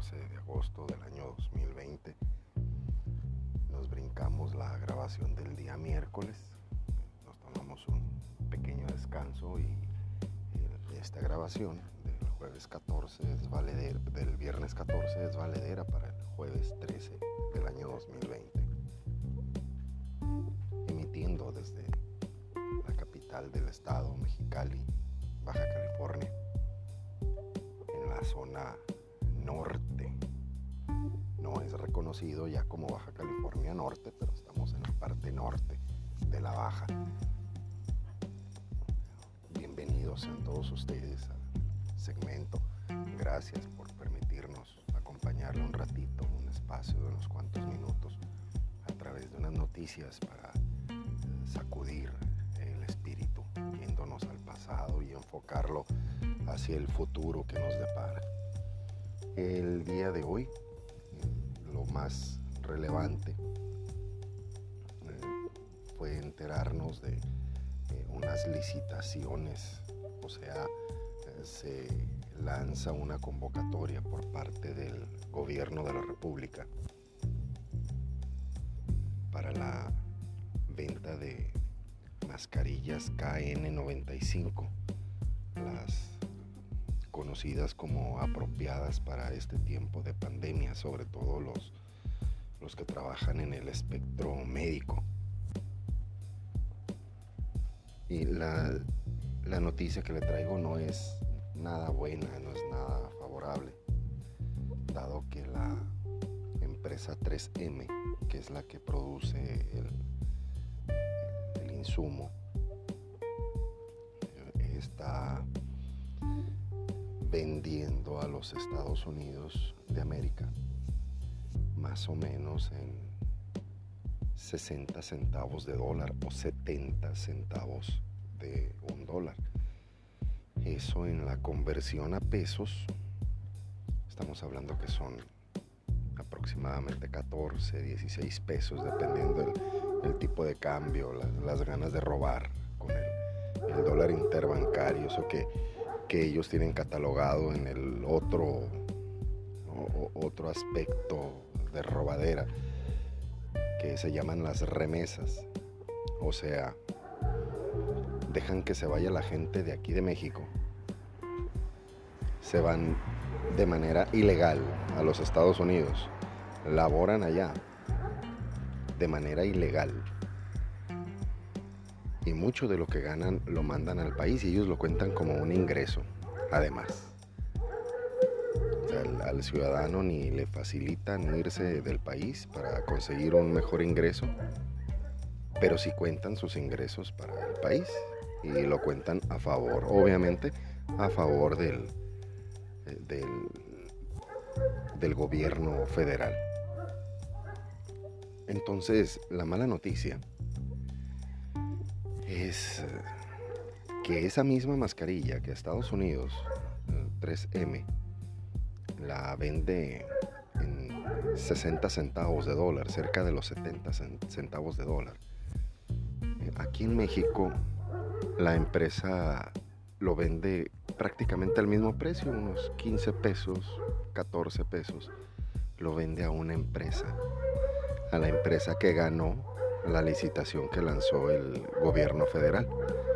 14 de agosto del año 2020. Nos brincamos la grabación del día miércoles, nos tomamos un pequeño descanso y esta grabación del jueves 14 es valedera, del viernes 14 es valedera para el jueves 13 del año 2020. Emitiendo desde la capital del estado, Mexicali, Baja California, en la zona norte. No es reconocido ya como Baja California Norte, pero estamos en la parte norte de la Baja. Bienvenidos sean todos ustedes al segmento. Gracias por permitirnos acompañarle un ratito, un espacio de unos cuantos minutos a través de unas noticias para sacudir el espíritu, yéndonos al pasado y enfocarlo hacia el futuro que nos depara. El día de hoy, lo más relevante fue enterarnos de unas licitaciones, o sea, se lanza una convocatoria por parte del gobierno de la República para la venta de mascarillas KN95, las conocidas como apropiadas para este tiempo de pandemia, sobre todo los que trabajan en el espectro médico. Y la noticia que le traigo no es nada buena, no es nada favorable, dado que la empresa 3M, que es la que produce el insumo, está vendiendo a los Estados Unidos de América más o menos en 60 centavos de dólar o 70 centavos de un dólar. Eso en la conversión a pesos, estamos hablando que son aproximadamente 14, 16 pesos, dependiendo el tipo de cambio, las ganas de robar con el dólar interbancario, eso que ellos tienen catalogado en el otro aspecto de robadera, que se llaman las remesas. O sea, dejan que se vaya la gente de aquí de México, se van de manera ilegal a los Estados Unidos, laboran allá de manera ilegal y mucho de lo que ganan lo mandan al país y ellos lo cuentan como un ingreso. Además, o sea, al ciudadano ni le facilitan irse del país para conseguir un mejor ingreso, pero sí cuentan sus ingresos para el país y lo cuentan a favor, obviamente a favor del gobierno federal. Entonces, la mala noticia es que esa misma mascarilla que Estados Unidos, 3M, la vende en 60 centavos de dólar, cerca de los 70 centavos de dólar. Aquí en México, la empresa lo vende prácticamente al mismo precio, unos 15 pesos, 14 pesos. Lo vende a una empresa, a la empresa que ganó la licitación que lanzó el gobierno federal.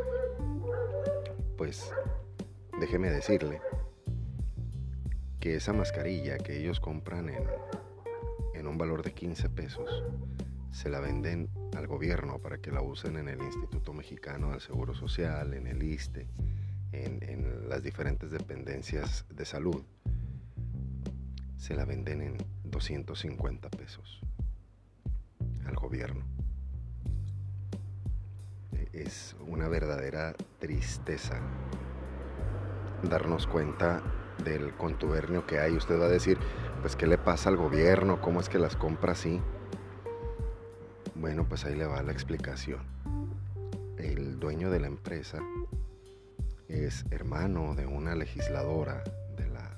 Pues déjeme decirle que esa mascarilla que ellos compran en un valor de 15 pesos, se la venden al gobierno para que la usen en el Instituto Mexicano del Seguro Social, en el ISSSTE, en las diferentes dependencias de salud. Se la venden en 250 pesos al gobierno. Es una verdadera tristeza darnos cuenta del contubernio que hay. Usted va a decir, pues, ¿qué le pasa al gobierno? ¿Cómo es que las compra así? Bueno, pues ahí le va la explicación. El dueño de la empresa es hermano de una legisladora de la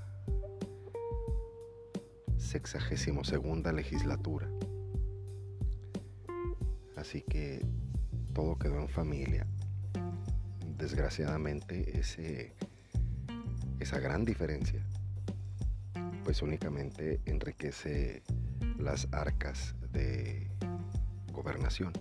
62ª legislatura. Así que todo quedó en familia. Desgraciadamente esa gran diferencia pues únicamente enriquece las arcas de gobernación,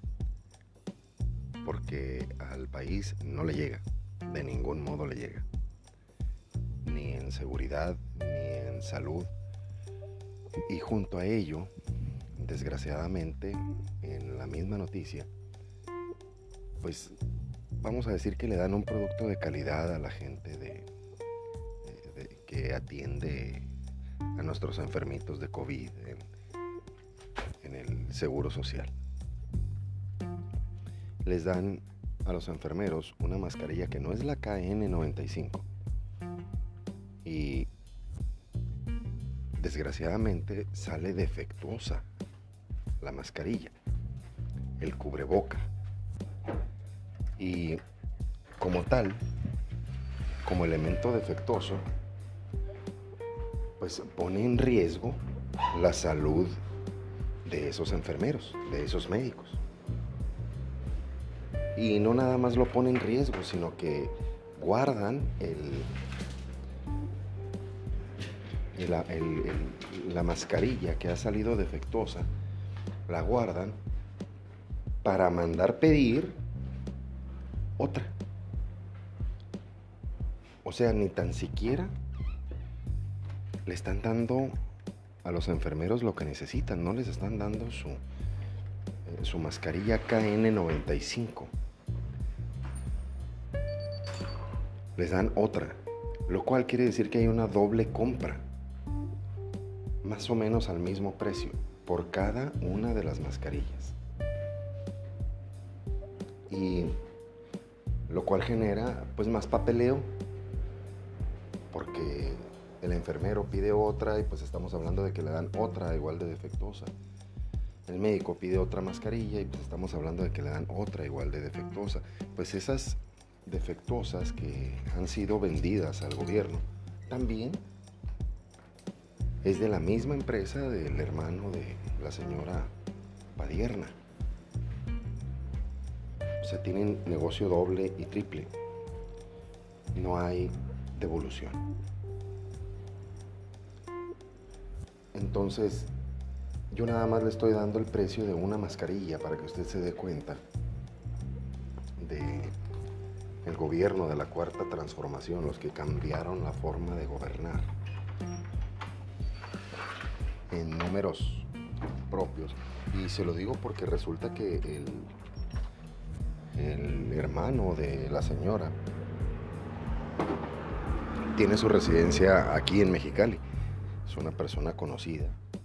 porque al país no le llega, de ningún modo le llega, ni en seguridad, ni en salud. Y junto a ello, desgraciadamente, en la misma noticia, pues vamos a decir que le dan un producto de calidad a la gente que atiende a nuestros enfermitos de COVID en el Seguro Social. Les dan a los enfermeros una mascarilla que no es la KN95 y desgraciadamente sale defectuosa la mascarilla, el cubreboca, y como tal, como elemento defectuoso, pues pone en riesgo la salud de esos enfermeros, de esos médicos. Y no nada más lo pone en riesgo, sino que guardan la mascarilla que ha salido defectuosa, la guardan para mandar pedir otra. O sea, ni tan siquiera le están dando a los enfermeros lo que necesitan, no les están dando su mascarilla KN95. Les dan otra, lo cual quiere decir que hay una doble compra, más o menos al mismo precio, por cada una de las mascarillas. Y lo cual genera pues más papeleo, porque el enfermero pide otra y pues estamos hablando de que le dan otra igual de defectuosa. El médico pide otra mascarilla y pues estamos hablando de que le dan otra igual de defectuosa. Pues esas defectuosas que han sido vendidas al gobierno también es de la misma empresa del hermano de la señora Padierna. O sea, tienen negocio doble y triple. No hay devolución. Entonces, yo nada más le estoy dando el precio de una mascarilla para que usted se dé cuenta de el gobierno de la Cuarta Transformación, los que cambiaron la forma de gobernar en números propios. Y se lo digo porque resulta que el hermano de la señora tiene su residencia aquí en Mexicali. Es una persona conocida.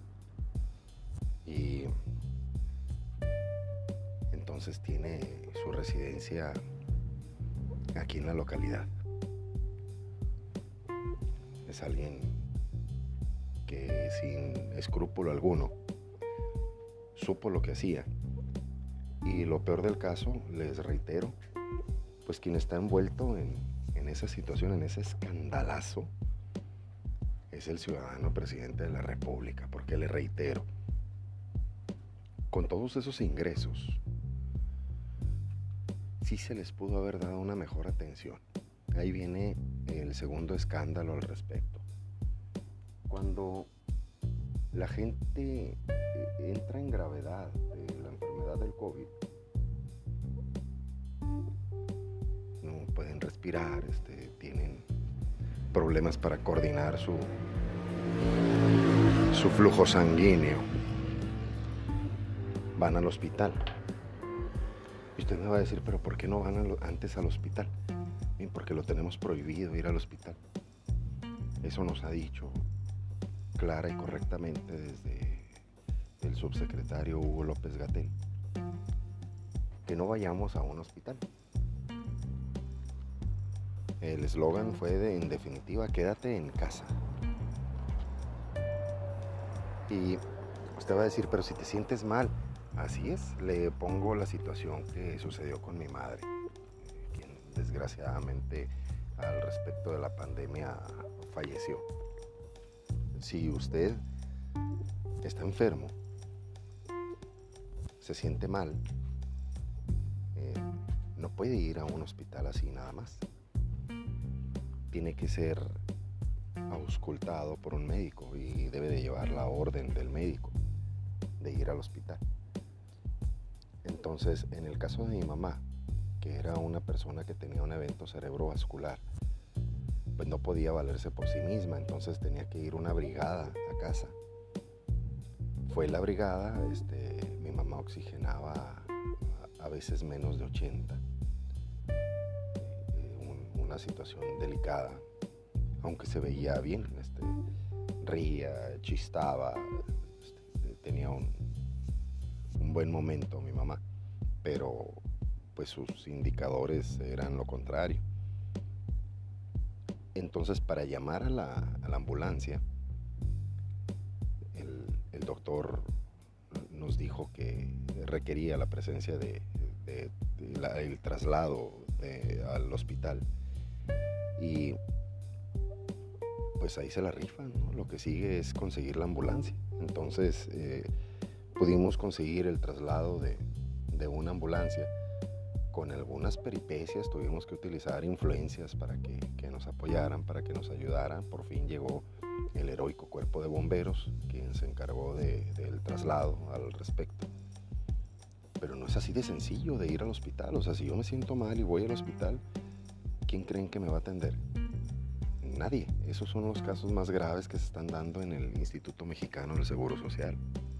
Y entonces tiene su residencia aquí en la localidad. Es alguien que sin escrúpulo alguno supo lo que hacía. Y lo peor del caso, les reitero, pues quien está envuelto en esa situación, en ese escandalazo, es el ciudadano presidente de la República, porque le reitero, con todos esos ingresos, sí se les pudo haber dado una mejor atención. Ahí viene el segundo escándalo al respecto. Cuando la gente entra en gravedad de la enfermedad del COVID, no pueden respirar, tienen problemas para coordinar su flujo sanguíneo, van al hospital. Y usted me va a decir, pero ¿por qué no van antes al hospital? Bien, porque lo tenemos prohibido ir al hospital. Eso nos ha dicho clara y correctamente desde el subsecretario Hugo López-Gatell, que no vayamos a un hospital. El eslogan fue en definitiva, quédate en casa. Y usted va a decir, pero si te sientes mal, así es, le pongo la situación que sucedió con mi madre, quien desgraciadamente al respecto de la pandemia falleció. Si usted está enfermo, se siente mal, no puede ir a un hospital así nada más. Tiene que ser auscultado por un médico y debe de llevar la orden del médico de ir al hospital. Entonces, en el caso de mi mamá, que era una persona que tenía un evento cerebrovascular, pues no podía valerse por sí misma, entonces tenía que ir una brigada a casa. Fue la brigada, mi mamá oxigenaba a veces menos de 80, una situación delicada, aunque se veía bien, reía, chistaba, tenía un buen momento mi mamá, pero pues sus indicadores eran lo contrario. Entonces, para llamar a la ambulancia, el doctor nos dijo que requería la presencia el traslado al hospital. Y pues ahí se la rifan, ¿no? Lo que sigue es conseguir la ambulancia. Entonces pudimos conseguir el traslado de una ambulancia. Con algunas peripecias tuvimos que utilizar influencias para que nos apoyaran, para que nos ayudaran. Por fin llegó el heroico cuerpo de bomberos, quien se encargó del traslado al respecto. Pero no es así de sencillo de ir al hospital. O sea, si yo me siento mal y voy al hospital, ¿quién creen que me va a atender? Nadie. Esos son los casos más graves que se están dando en el Instituto Mexicano del Seguro Social.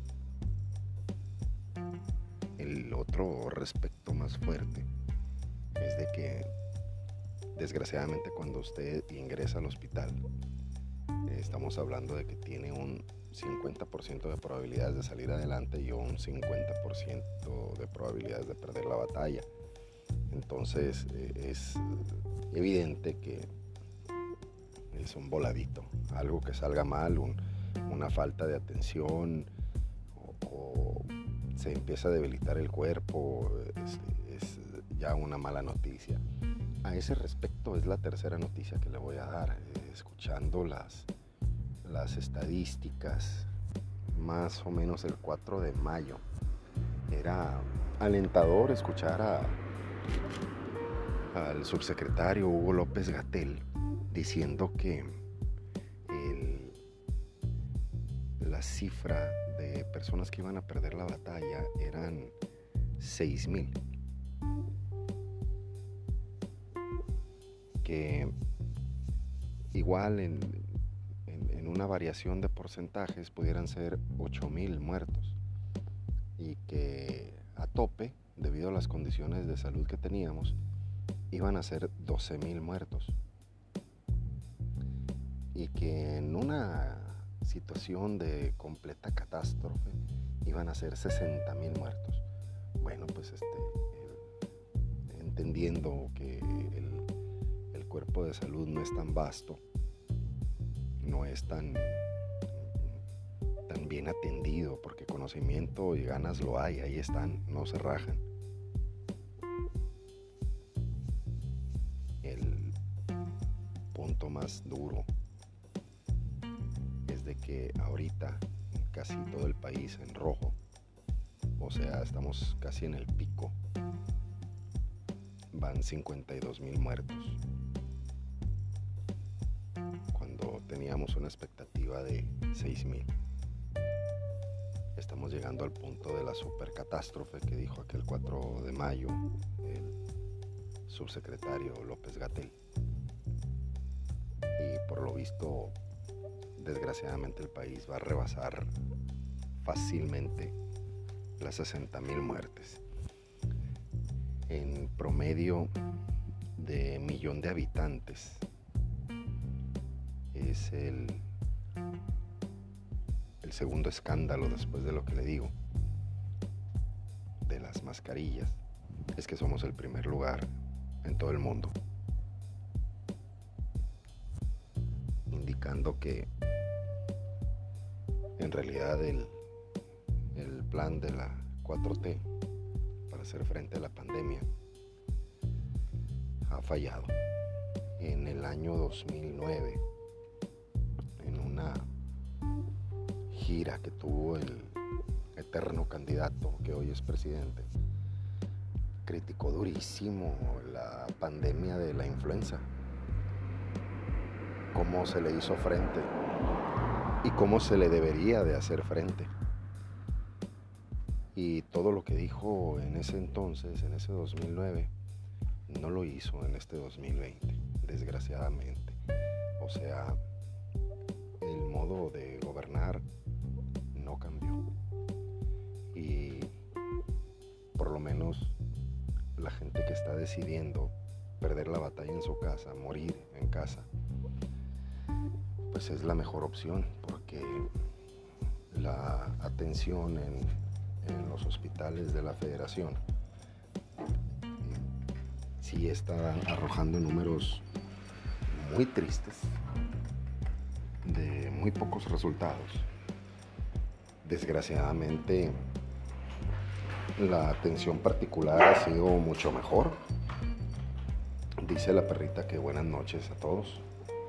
El otro respecto más fuerte es de que, desgraciadamente, cuando usted ingresa al hospital, estamos hablando de que tiene un 50% de probabilidades de salir adelante y un 50% de probabilidades de perder la batalla. Entonces es evidente que es un voladito, algo que salga mal, una falta de atención, o se empieza a debilitar el cuerpo, es ya una mala noticia. A ese respecto es la tercera noticia que le voy a dar. Escuchando las estadísticas, más o menos el 4 de mayo, era alentador escuchar al subsecretario Hugo López-Gatell diciendo que la cifra de personas que iban a perder la batalla eran 6,000. Que igual en una variación de porcentajes pudieran ser 8,000 muertos, y que a tope, debido a las condiciones de salud que teníamos, iban a ser 12,000 muertos, y que en una situación de completa catástrofe iban a ser 60,000 muertos. Bueno, pues entendiendo que el cuerpo de salud no es tan vasto, no es tan bien atendido, porque conocimiento y ganas lo hay, ahí están, no se rajan. El punto más duro es de que ahorita casi todo el país en rojo, o sea, estamos casi en el pico, van 52,000 muertos, cuando teníamos una expectativa de 6,000. Estamos llegando al punto de la supercatástrofe que dijo aquel 4 de mayo el subsecretario López-Gatell. Y por lo visto, desgraciadamente, el país va a rebasar fácilmente las 60,000 muertes. En promedio de 1,000,000 de habitantes es el segundo escándalo, después de lo que le digo de las mascarillas, es que somos el primer lugar en todo el mundo, indicando que en realidad el plan de la 4T para hacer frente a la pandemia ha fallado. En el año 2009, en una gira que tuvo el eterno candidato que hoy es presidente, criticó durísimo la pandemia de la influenza, cómo se le hizo frente y cómo se le debería de hacer frente. Y todo lo que dijo en ese entonces, en ese 2009, no lo hizo en este 2020, desgraciadamente. O sea, el modo de gobernar no cambió. Y por lo menos la gente que está decidiendo perder la batalla en su casa, morir en casa, pues es la mejor opción, porque la atención en los hospitales de la Federación sí está arrojando números muy tristes, de muy pocos resultados. Desgraciadamente, la atención particular ha sido mucho mejor. Dice la perrita que buenas noches a todos.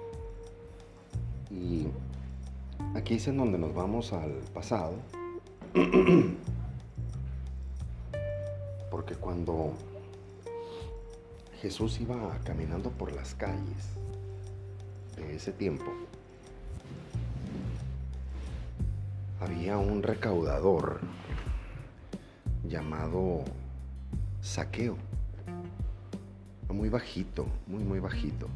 Y aquí es en donde nos vamos al pasado. Porque cuando Jesús iba caminando por las calles de ese tiempo, había un recaudador llamado Zaqueo, muy bajito, muy bajito.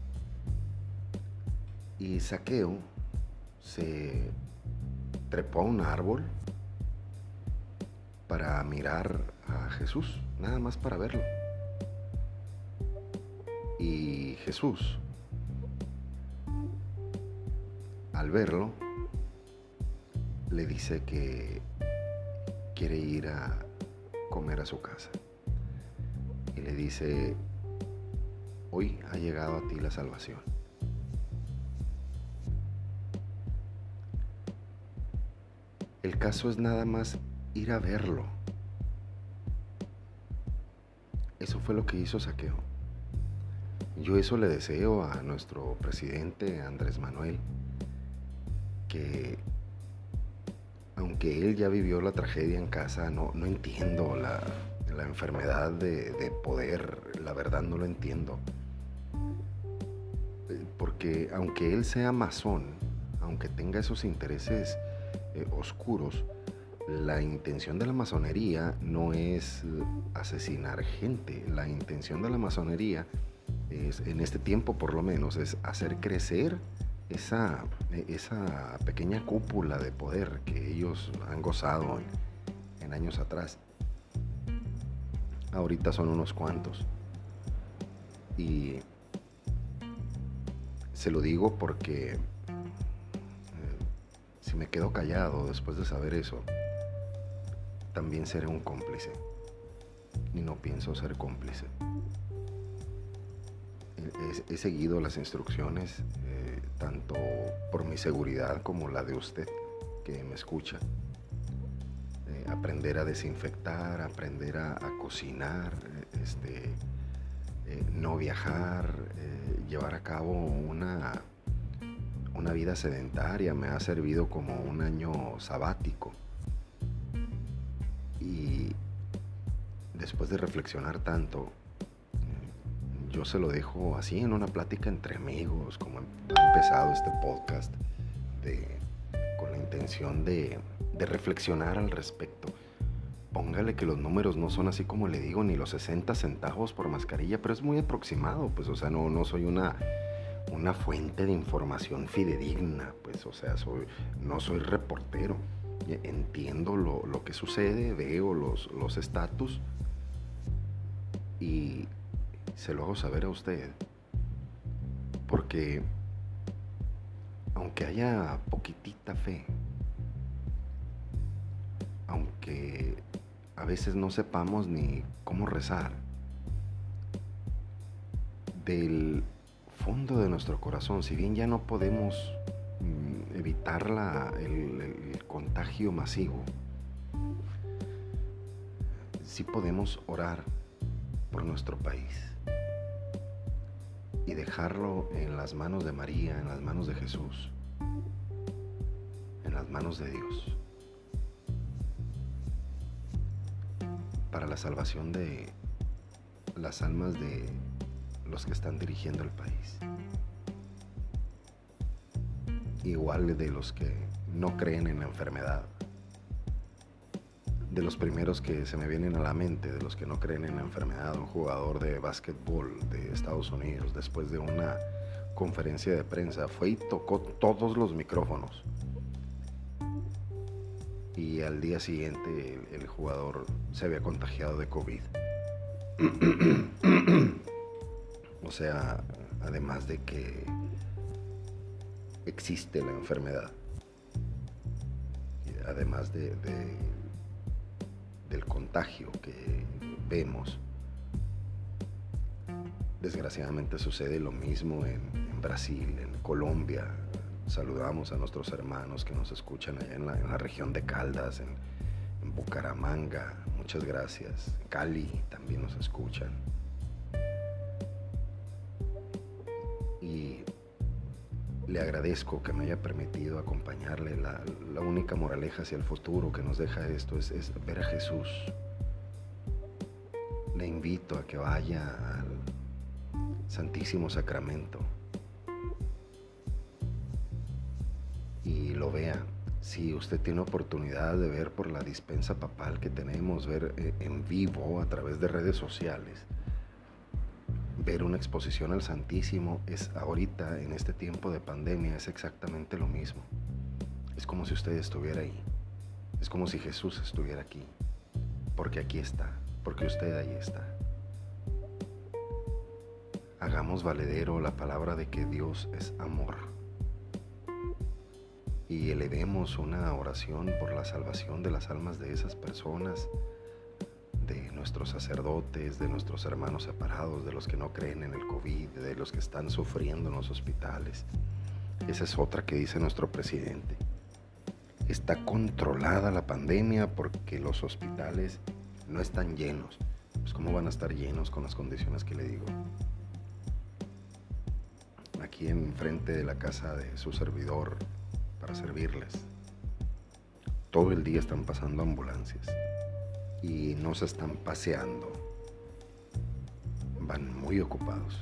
Y Zaqueo se trepó a un árbol para mirar a Jesús, nada más para verlo. Y Jesús, al verlo, le dice que quiere ir a comer a su casa. Y le dice: hoy ha llegado a ti la salvación. El caso es nada más ir a verlo. Eso fue lo que hizo Zaqueo. Yo eso le deseo a nuestro presidente Andrés Manuel, que aunque él ya vivió la tragedia en casa, no entiendo la enfermedad de poder, la verdad no lo entiendo. Porque aunque él sea masón, aunque tenga esos intereses oscuros, la intención de la masonería no es asesinar gente. La intención de la masonería es, en este tiempo por lo menos, es hacer crecer esa pequeña cúpula de poder que ellos han gozado en años atrás. Ahorita son unos cuantos. Y se lo digo porque si me quedo callado después de saber eso, también seré un cómplice. Y no pienso ser cómplice. He seguido las instrucciones, tanto por mi seguridad como la de usted que me escucha. Aprender a desinfectar, aprender a cocinar, no viajar, llevar a cabo una vida sedentaria. Me ha servido como un año sabático. Y después de reflexionar tanto, yo se lo dejo así en una plática entre amigos, como ha empezado este podcast, con la intención de reflexionar al respecto. Póngale que los números no son así como le digo, ni los 60 centavos por mascarilla, pero es muy aproximado, pues, o sea, no soy una fuente de información fidedigna, pues, o sea, no soy reportero. Entiendo lo que sucede, veo los estatus y se lo hago saber a usted, porque aunque haya poquitita fe, aunque a veces no sepamos ni cómo rezar, del fondo de nuestro corazón, si bien ya no podemos evitar el contagio masivo, sí podemos orar por nuestro país y dejarlo en las manos de María, en las manos de Jesús, en las manos de Dios, para la salvación de las almas de los que están dirigiendo el país. igual de los que no creen en la enfermedad. De los primeros que se me vienen a la mente, de los que no creen en la enfermedad, un jugador de básquetbol de Estados Unidos, después de una conferencia de prensa, fue y tocó todos los micrófonos. Y al día siguiente el jugador se había contagiado de COVID. O sea, además de que existe la enfermedad, además del contagio que vemos, desgraciadamente sucede lo mismo en Brasil, en Colombia. Saludamos a nuestros hermanos que nos escuchan allá en la región de Caldas, en Bucaramanga, muchas gracias. Cali también nos escuchan. Y le agradezco que me haya permitido acompañarle. La única moraleja hacia el futuro que nos deja esto es ver a Jesús. Le invito a que vaya al Santísimo Sacramento y lo vea. Si usted tiene oportunidad de ver por la dispensa papal que tenemos, ver en vivo a través de redes sociales, ver una exposición al Santísimo, es ahorita, en este tiempo de pandemia, es exactamente lo mismo. Es como si usted estuviera ahí. Es como si Jesús estuviera aquí. Porque aquí está. Porque usted ahí está. Hagamos valedero la palabra de que Dios es amor. Y elevemos una oración por la salvación de las almas de esas personas, de nuestros sacerdotes, de nuestros hermanos separados, de los que no creen en el COVID, de los que están sufriendo en los hospitales. Esa es otra que dice nuestro presidente. Está controlada la pandemia porque los hospitales no están llenos. Pues ¿cómo van a estar llenos con las condiciones que le digo? Aquí enfrente de la casa de su servidor, para servirles, todo el día están pasando ambulancias. Y no se están paseando, van muy ocupados.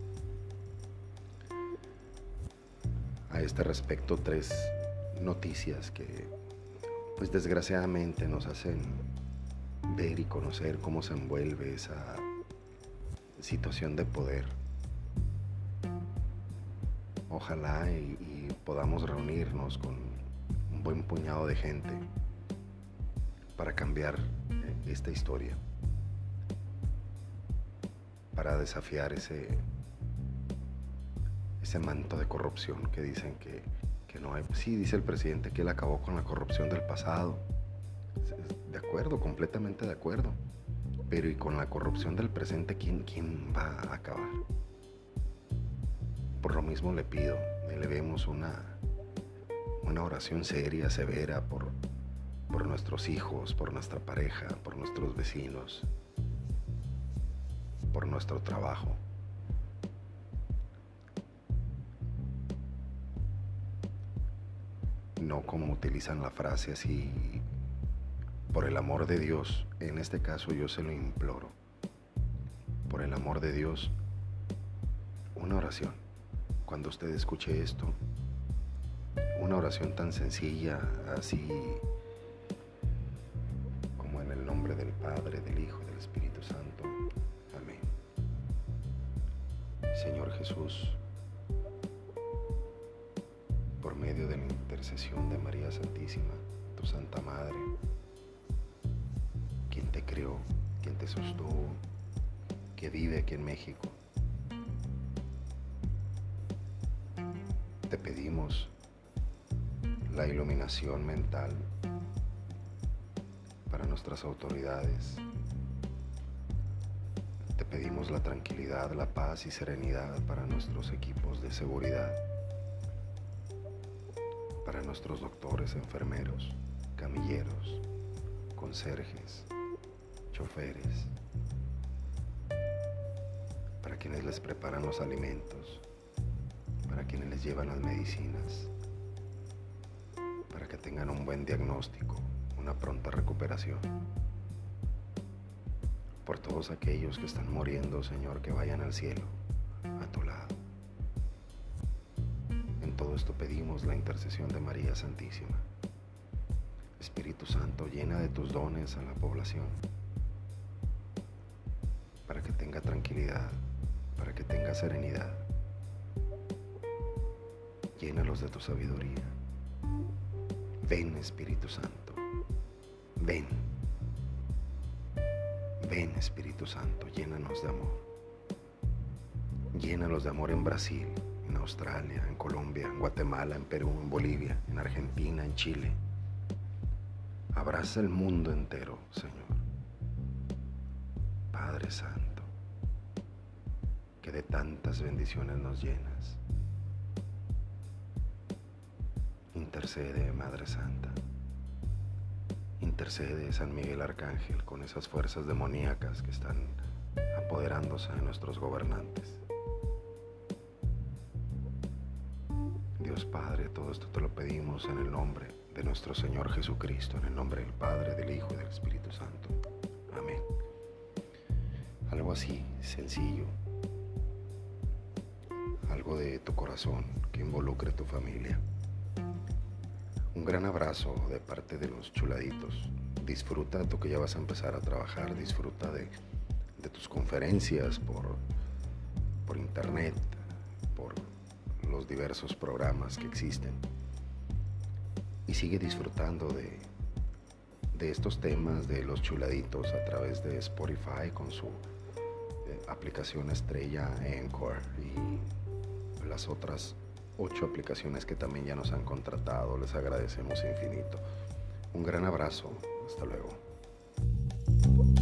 A este respecto, 3 noticias que pues desgraciadamente nos hacen ver y conocer cómo se envuelve esa situación de poder. Ojalá y podamos reunirnos con un buen puñado de gente para cambiar esta historia, para desafiar ese manto de corrupción que dicen que no hay. Sí, dice el presidente que él acabó con la corrupción del pasado. De acuerdo, completamente de acuerdo. Pero ¿y con la corrupción del presente quién va a acabar? Por lo mismo le pido, elevemos una oración seria, severa por nuestros hijos, por nuestra pareja, por nuestros vecinos, por nuestro trabajo. No como utilizan la frase así, por el amor de Dios. En este caso yo se lo imploro. Por el amor de Dios, una oración. Cuando usted escuche esto, una oración tan sencilla, así como en el nombre del Padre, del Hijo y del Espíritu Santo. Amén. Señor Jesús, por medio de la intercesión de María Santísima, tu Santa Madre, quien te creó, quien te sostuvo, que vive aquí en México, te pedimos la iluminación mental para nuestras autoridades. Te pedimos la tranquilidad, la paz y serenidad para nuestros equipos de seguridad, para nuestros doctores, enfermeros, camilleros, conserjes, choferes, para quienes les preparan los alimentos, para quienes les llevan las medicinas, para que tengan un buen diagnóstico, una pronta recuperación. Por todos aquellos que están muriendo, Señor, que vayan al cielo, a tu lado. En todo esto pedimos la intercesión de María Santísima. Espíritu Santo, llena de tus dones a la población, para que tenga tranquilidad, para que tenga serenidad. Llénalos de tu sabiduría. Ven, Espíritu Santo, ven. Ven, Espíritu Santo, llénanos de amor. Llénalos de amor en Brasil, en Australia, en Colombia, en Guatemala, en Perú, en Bolivia, en Argentina, en Chile. Abraza el mundo entero, Señor. Padre Santo, que de tantas bendiciones nos llenas. Intercede, Madre Santa. Intercede, San Miguel Arcángel, con esas fuerzas demoníacas que están apoderándose de nuestros gobernantes. Dios Padre, todo esto te lo pedimos en el nombre de nuestro Señor Jesucristo, en el nombre del Padre, del Hijo y del Espíritu Santo. Amén. Algo así, sencillo. Algo de tu corazón que involucre tu familia. Un gran abrazo de parte de los chuladitos. Disfruta tú que ya vas a empezar a trabajar, disfruta de tus conferencias por internet, por los diversos programas que existen. Y sigue disfrutando de estos temas de los chuladitos a través de Spotify con su aplicación estrella Anchor y las otras 8 aplicaciones que también ya nos han contratado. Les agradecemos infinito. Un gran abrazo. Hasta luego.